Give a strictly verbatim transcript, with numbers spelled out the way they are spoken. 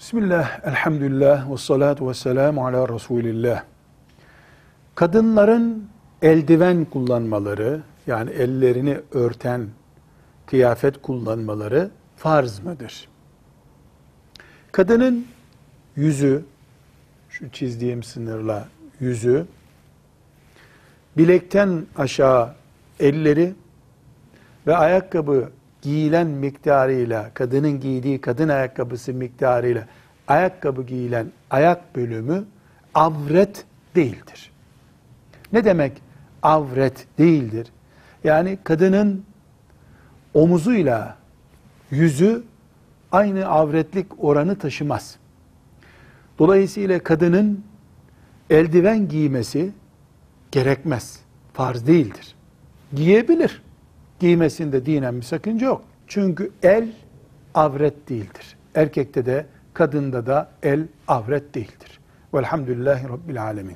Bismillah, elhamdülillah, ve salatu ve selamu ala Resulillah. Kadınların eldiven kullanmaları, yani ellerini örten kıyafet kullanmaları farz mıdır? Kadının yüzü, şu çizdiğim sınırla yüzü, bilekten aşağı elleri ve ayakkabı giyilen miktarıyla, kadının giydiği kadın ayakkabısı miktarıyla ayakkabı giyilen ayak bölümü avret değildir. Ne demek avret değildir? Yani kadının omuzuyla yüzü aynı avretlik oranı taşımaz. Dolayısıyla kadının eldiven giymesi gerekmez. Farz değildir. Giyebilir. Giymesinde dinen bir sakınca yok. Çünkü el avret değildir. Erkekte de kadında da el avret değildir. Velhamdülillahi Rabbil alemin.